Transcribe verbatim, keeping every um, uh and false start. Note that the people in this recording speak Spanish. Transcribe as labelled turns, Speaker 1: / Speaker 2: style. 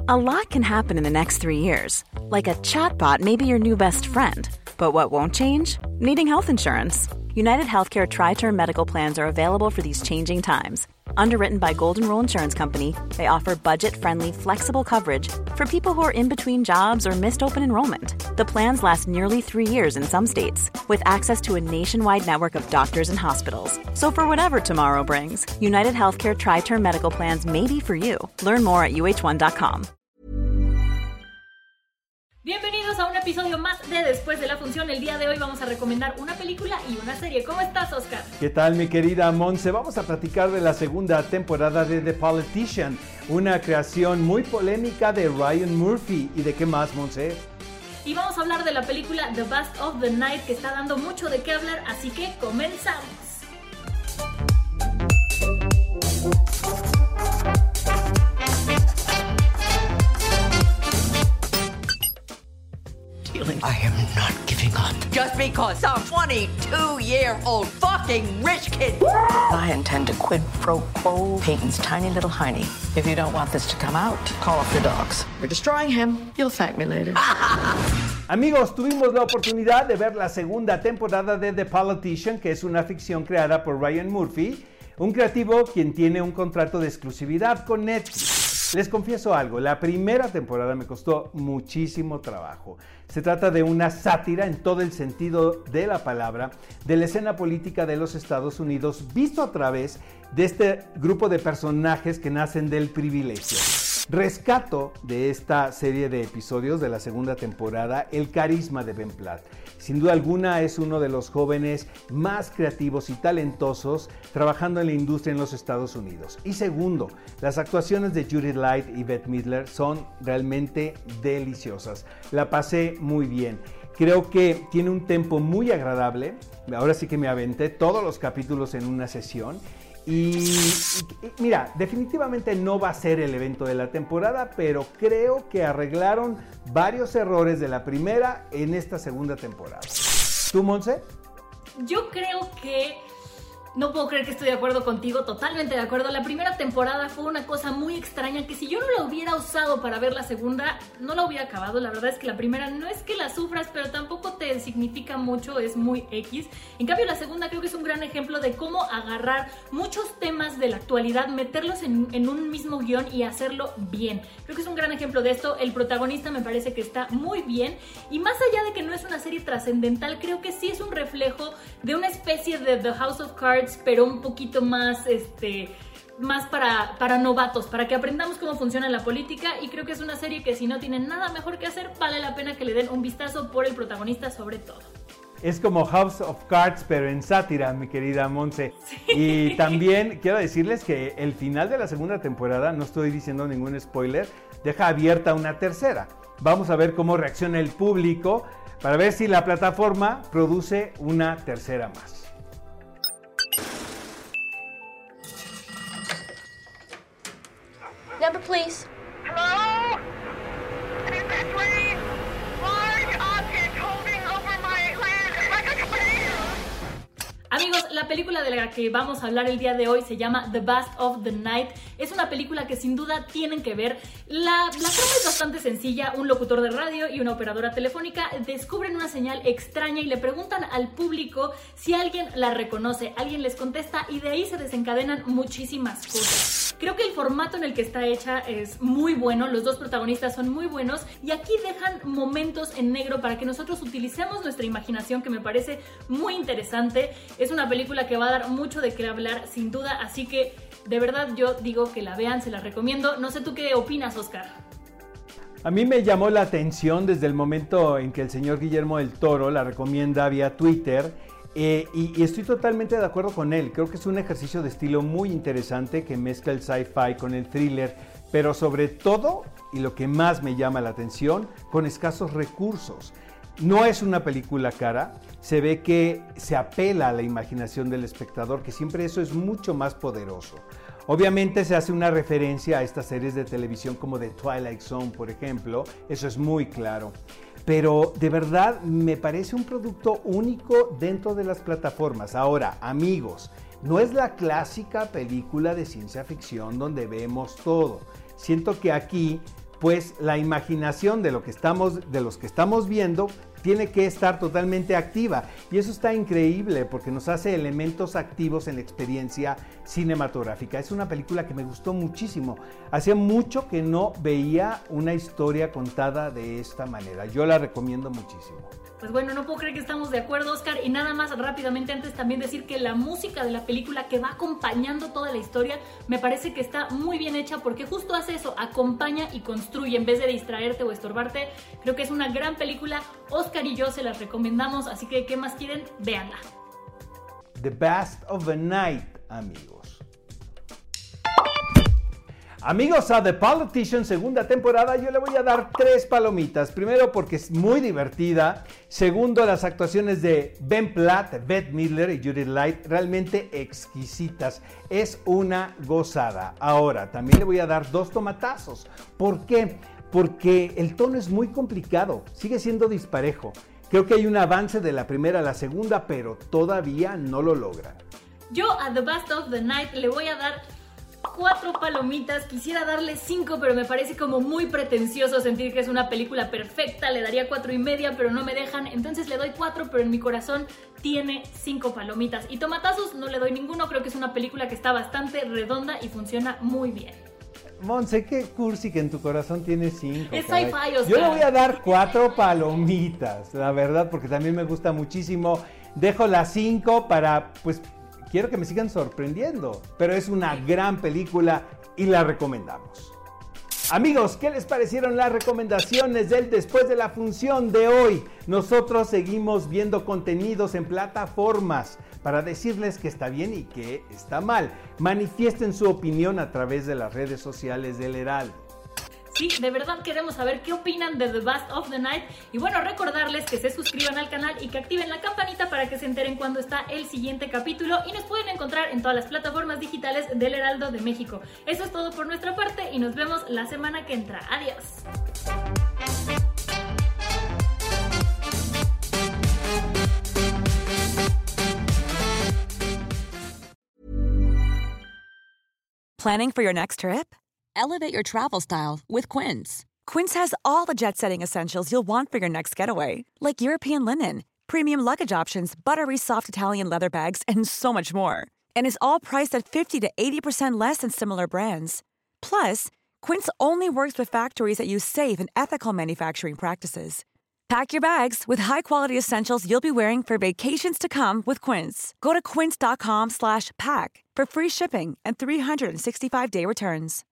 Speaker 1: A lot can happen in the next three years. Like a chatbot may be your new best friend. But what won't change? Needing health insurance. United Healthcare Tri-Term Medical Plans are available for these changing times. Underwritten by Golden Rule Insurance Company, they offer budget-friendly, flexible coverage for people who are in between jobs or missed open enrollment. The plans last nearly three years in some states, with access to a nationwide network of doctors and hospitals. So for whatever tomorrow brings, United Healthcare Tri-Term Medical Plans may be for you. Learn more at U H one dot com.
Speaker 2: Bienvenidos a un episodio más de Después de la Función. El día de hoy vamos a recomendar una película y una serie. ¿Cómo estás, Oscar?
Speaker 3: ¿Qué tal, mi querida Monse? Vamos a platicar de la segunda temporada de The Politician, una creación muy polémica de Ryan Murphy. ¿Y de qué más, Monse?
Speaker 2: Y vamos a hablar de la película The Bust of the Night, que está dando mucho de qué hablar, así que comenzamos.
Speaker 4: I am not giving up.
Speaker 5: Just because some twenty-two-year-old fucking rich kid.
Speaker 4: I intend to quid pro quo Peyton's tiny little hiney. If you don't want this to come out, call off the dogs. You're destroying him. You'll thank me later.
Speaker 3: Amigos, tuvimos la oportunidad de ver la segunda temporada de The Politician, que es una ficción creada por Ryan Murphy, un creativo quien tiene un contrato de exclusividad con Netflix. Les confieso algo, la primera temporada me costó muchísimo trabajo. Se trata de una sátira en todo el sentido de la palabra de la escena política de los Estados Unidos, visto a través de este grupo de personajes que nacen del privilegio. Rescato de esta serie de episodios de la segunda temporada el carisma de Ben Platt. Sin duda alguna es uno de los jóvenes más creativos y talentosos trabajando en la industria en los Estados Unidos. Y segundo, las actuaciones de Judith Light y Bette Midler son realmente deliciosas. La pasé muy bien. Creo que tiene un tempo muy agradable. Ahora sí que me aventé todos los capítulos en una sesión. Y, y, y mira, definitivamente no va a ser el evento de la temporada, pero creo que arreglaron varios errores de la primera en esta segunda temporada. ¿Tú, Monse?
Speaker 2: Yo creo que... No puedo creer que estoy de acuerdo contigo, totalmente de acuerdo. La primera temporada fue una cosa muy extraña que si yo no la hubiera usado para ver la segunda, no la hubiera acabado. La verdad es que la primera no es que la sufras, pero tampoco te significa mucho, es muy X. En cambio, la segunda creo que es un gran ejemplo de cómo agarrar muchos temas de la actualidad, meterlos en, en un mismo guión y hacerlo bien. Creo que es un gran ejemplo de esto. El protagonista me parece que está muy bien. Y más allá de que no es una serie trascendental, creo que sí es un reflejo de una especie de The House of Cards, pero un poquito más, este, más para, para novatos, para que aprendamos cómo funciona la política. Y creo que es una serie que si no tienen nada mejor que hacer, vale la pena que le den un vistazo por el protagonista sobre todo.
Speaker 3: Es como House of Cards, pero en sátira, mi querida Monse. Sí. Y también quiero decirles que el final de la segunda temporada, no estoy diciendo ningún spoiler, deja abierta una tercera. Vamos a ver cómo reacciona el público para ver si la plataforma produce una tercera más.
Speaker 6: Number, please.
Speaker 7: Hello? Is this Lee? Large object holding over my land like a crater.
Speaker 2: Amigos, la película de la que vamos a hablar el día de hoy se llama The Bust of the Night. Es una película que sin duda tienen que ver. La, la trama es bastante sencilla. Un locutor de radio y una operadora telefónica descubren una señal extraña y le preguntan al público si alguien la reconoce. Alguien les contesta y de ahí se desencadenan muchísimas cosas. Creo que el formato en el que está hecha es muy bueno, los dos protagonistas son muy buenos y aquí dejan momentos en negro para que nosotros utilicemos nuestra imaginación, que me parece muy interesante. Es una película que va a dar mucho de qué hablar sin duda, así que de verdad yo digo que la vean, se la recomiendo. No sé tú qué opinas, Oscar.
Speaker 3: A mí me llamó la atención desde el momento en que el señor Guillermo del Toro la recomienda vía Twitter. Eh, y, y estoy totalmente de acuerdo con él. Creo que es un ejercicio de estilo muy interesante que mezcla el sci-fi con el thriller, pero sobre todo, y lo que más me llama la atención, con escasos recursos. No es una película cara, se ve que se apela a la imaginación del espectador, que siempre eso es mucho más poderoso. Obviamente se hace una referencia a estas series de televisión como The Twilight Zone, por ejemplo, eso es muy claro. Pero de verdad me parece un producto único dentro de las plataformas. Ahora, amigos, no es la clásica película de ciencia ficción donde vemos todo. Siento que aquí pues la imaginación de, lo que estamos, de los que estamos viendo tiene que estar totalmente activa. Y eso está increíble porque nos hace elementos activos en la experiencia cinematográfica. Es una película que me gustó muchísimo. Hacía mucho que no veía una historia contada de esta manera. Yo la recomiendo muchísimo.
Speaker 2: Pues bueno, no puedo creer que estamos de acuerdo, Oscar, y nada más rápidamente antes también decir que la música de la película que va acompañando toda la historia me parece que está muy bien hecha porque justo hace eso, acompaña y construye en vez de distraerte o estorbarte. Creo que es una gran película, Oscar y yo se las recomendamos, así que ¿qué más quieren? Véanla.
Speaker 3: The Best of the Night, amigos. Amigos, a The Politician, segunda temporada, yo le voy a dar tres palomitas. Primero, porque es muy divertida. Segundo, las actuaciones de Ben Platt, Bette Midler y Judith Light, realmente exquisitas. Es una gozada. Ahora, también le voy a dar dos tomatazos. ¿Por qué? Porque el tono es muy complicado, sigue siendo disparejo. Creo que hay un avance de la primera a la segunda, pero todavía no lo logran.
Speaker 2: Yo a The Best of the Night le voy a dar cuatro palomitas, quisiera darle cinco, pero me parece como muy pretencioso sentir que es una película perfecta, le daría cuatro y media, pero no me dejan, entonces le doy cuatro, pero en mi corazón tiene cinco palomitas. Y tomatazos no le doy ninguno, creo que es una película que está bastante redonda y funciona muy bien.
Speaker 3: Monse, qué cursi que en tu corazón tiene cinco.
Speaker 2: Es sci-fi, Oscar.
Speaker 3: Yo le voy a dar cuatro palomitas, la verdad, porque también me gusta muchísimo. Dejo las cinco para, pues, quiero que me sigan sorprendiendo, pero es una gran película y la recomendamos. Amigos, ¿qué les parecieron las recomendaciones del después de la función de hoy? Nosotros seguimos viendo contenidos en plataformas para decirles que está bien y que está mal. Manifiesten su opinión a través de las redes sociales del Heraldo.
Speaker 2: Sí, de verdad queremos saber qué opinan de The Best of the Night. Y bueno, recordarles que se suscriban al canal y que activen la campanita para que se enteren cuando está el siguiente capítulo. Y nos pueden encontrar en todas las plataformas digitales del Heraldo de México. Eso es todo por nuestra parte y nos vemos la semana que entra. Adiós.
Speaker 6: Planning for your next trip?
Speaker 8: Elevate your travel style with Quince.
Speaker 6: Quince has all the jet-setting essentials you'll want for your next getaway, like European linen, premium luggage options, buttery soft Italian leather bags, and so much more. And is all priced at fifty to eighty percent less than similar brands. Plus, Quince only works with factories that use safe and ethical manufacturing practices. Pack your bags with high-quality essentials you'll be wearing for vacations to come with Quince. Go to quince dot com slash pack for free shipping and three sixty-five day returns.